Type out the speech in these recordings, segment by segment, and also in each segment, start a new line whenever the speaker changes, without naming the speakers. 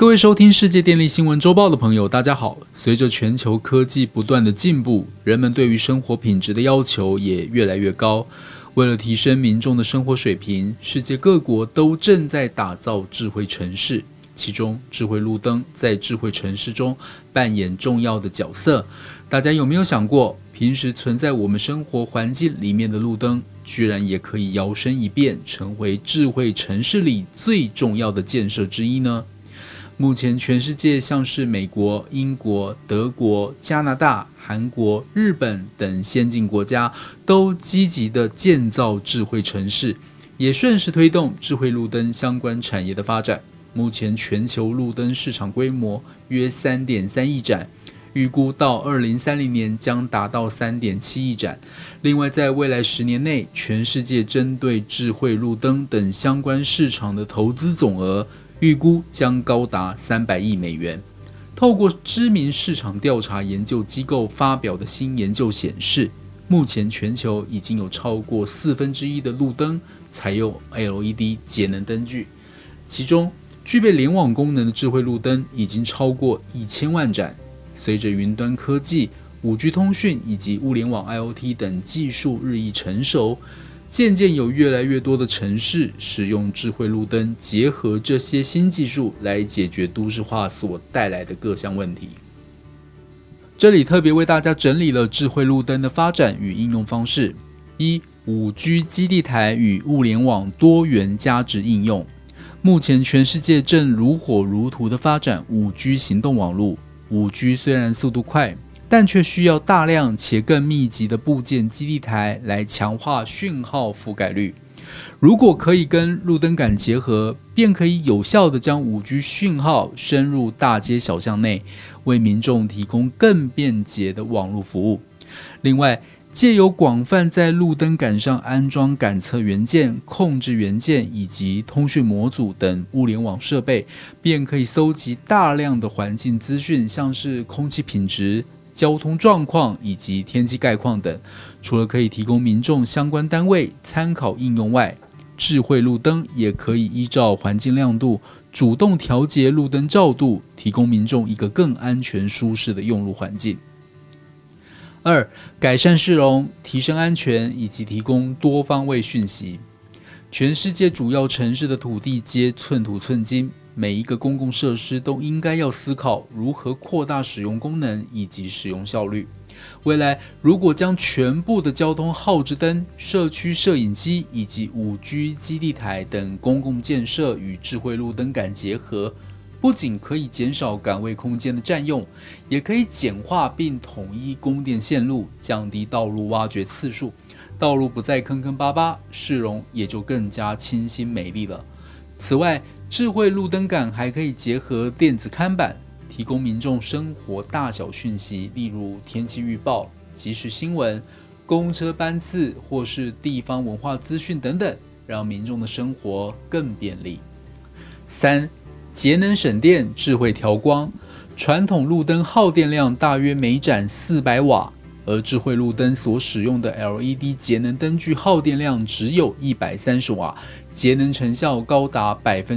各位收听世界电力新闻周报的朋友，大家好。随着全球科技不断的进步，人们对于生活品质的要求也越来越高。为了提升民众的生活水平，世界各国都正在打造智慧城市，其中智慧路灯在智慧城市中扮演重要的角色。大家有没有想过，平时存在我们生活环境里面的路灯，居然也可以摇身一变，成为智慧城市里最重要的建设之一呢？目前全世界像是美国、英国、德国、加拿大、韩国、日本等先进国家都积极的建造智慧城市，也顺势推动智慧路灯相关产业的发展。目前全球路灯市场规模约 3.3 亿盏，预估到2030年将达到 3.7 亿盏。另外在未来10年内，全世界针对智慧路灯等相关市场的投资总额预估将高达300亿美元。透过知名市场调查研究机构发表的新研究显示，目前全球已经有超过1/4的路灯采用 LED 节能灯具，其中具备联网功能的智慧路灯已经超过1000万盏。随着云端科技、5G 通讯以及物联网 IoT 等技术日益成熟，渐渐有越来越多的城市使用智慧路灯，结合这些新技术来解决都市化所带来的各项问题。这里特别为大家整理了智慧路灯的发展与应用方式。一、5G 基地台与物联网多元价值应用。目前全世界正如火如荼地发展 5G 行动网络。5G 虽然速度快，但却需要大量且更密集的部件基地台来强化讯号覆盖率。如果可以跟路灯杆结合，便可以有效地将 5G 讯号深入大街小巷内，为民众提供更便捷的网络服务。另外，藉由广泛在路灯杆上安装感测元件、控制元件以及通讯模组等物联网设备，便可以搜集大量的环境资讯，像是空气品质、交通状况以及天气概况等。除了可以提供民众相关单位参考应用外，智慧路灯也可以依照环境亮度主动调节路灯照度，提供民众一个更安全舒适的用路环境。2、改善市容、提升安全以及提供多方位讯息。全世界主要城市的土地皆寸土寸金，每一个公共设施都应该要思考如何扩大使用功能以及使用效率。未来如果将全部的交通号志灯、社区摄影机以及 5G 基地台等公共建设与智慧路灯杆结合，不仅可以减少岗位空间的占用，也可以简化并统一供电线路，降低道路挖掘次数，道路不再坑坑巴巴，市容也就更加清新美丽了。此外，智慧路灯杆还可以结合电子看板，提供民众生活大小讯息，例如天气预报、即时新闻、公车班次或是地方文化资讯等等，让民众的生活更便利。3、节能省电、智慧调光。传统路灯耗电量大约每盏400瓦，而智慧路灯所使用的 LED 节能灯具耗电量只有130瓦，节能成效高达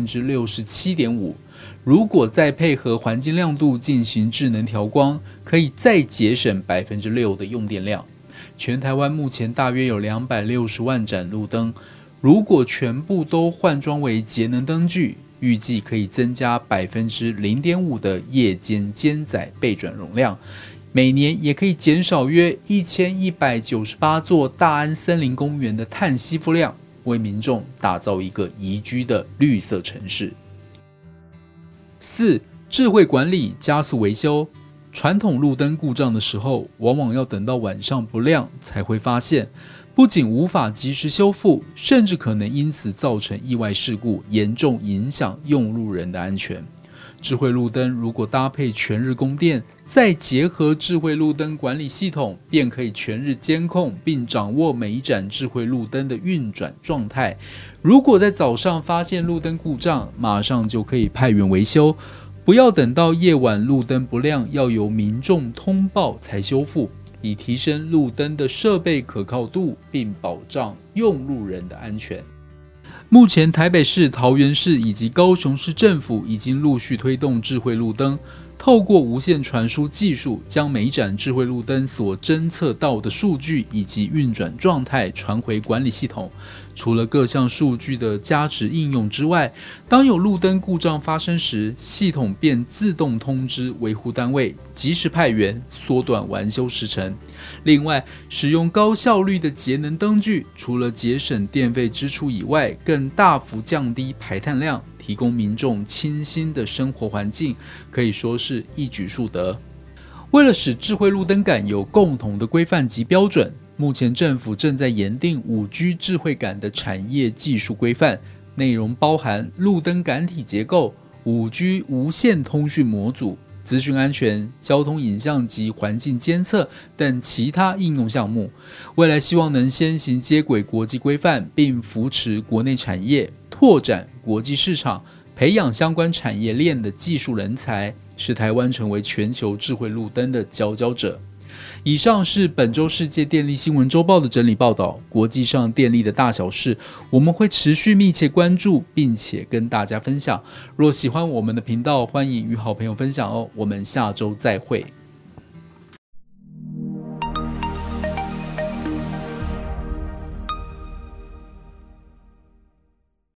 67.5%。如果再配合环境亮度进行智能调光，可以再节省 6% 的用电量。全台湾目前大约有260万盏路灯，如果全部都换装为节能灯具，预计可以增加 0.5% 的夜间兼载备转容量，每年也可以减少约1198座大安森林公园的碳吸附量，为民众打造一个宜居的绿色城市。4、智慧管理加速维修。传统路灯故障的时候，往往要等到晚上不亮才会发现，不仅无法及时修复，甚至可能因此造成意外事故，严重影响用路人的安全。智慧路灯如果搭配全日供电，再结合智慧路灯管理系统，便可以全日监控并掌握每一盏智慧路灯的运转状态。如果在早上发现路灯故障，马上就可以派员维修，不要等到夜晚路灯不亮，要由民众通报才修复，以提升路灯的设备可靠度，并保障用路人的安全。 目前台北市、桃园市以及高雄市政府已经陆续推动智慧路灯，透过无线传输技术，将每盏智慧路灯所侦测到的数据以及运转状态传回管理系统。除了各项数据的加值应用之外，当有路灯故障发生时，系统便自动通知维护单位，及时派员，缩短完修时程。另外，使用高效率的节能灯具，除了节省电费支出以外，更大幅降低排碳量，提供民众清新的生活环境，可以说是一举数得。为了使智慧路灯杆有共同的规范及标准，目前政府正在研定 5G 智慧杆的产业技术规范，内容包含路灯杆体结构、5G 无线通讯模组、资讯安全、交通影像及环境监测等其他应用项目。未来希望能先行接轨国际规范，并扶持国内产业，拓展国际市场，培养相关产业链的技术人才，使台湾成为全球智慧路灯的佼佼者。以上是本周世界电力新闻周报的整理报道，国际上电力的大小事，我们会持续密切关注，并且跟大家分享。若喜欢我们的频道，欢迎与好朋友分享哦。我们下周再会。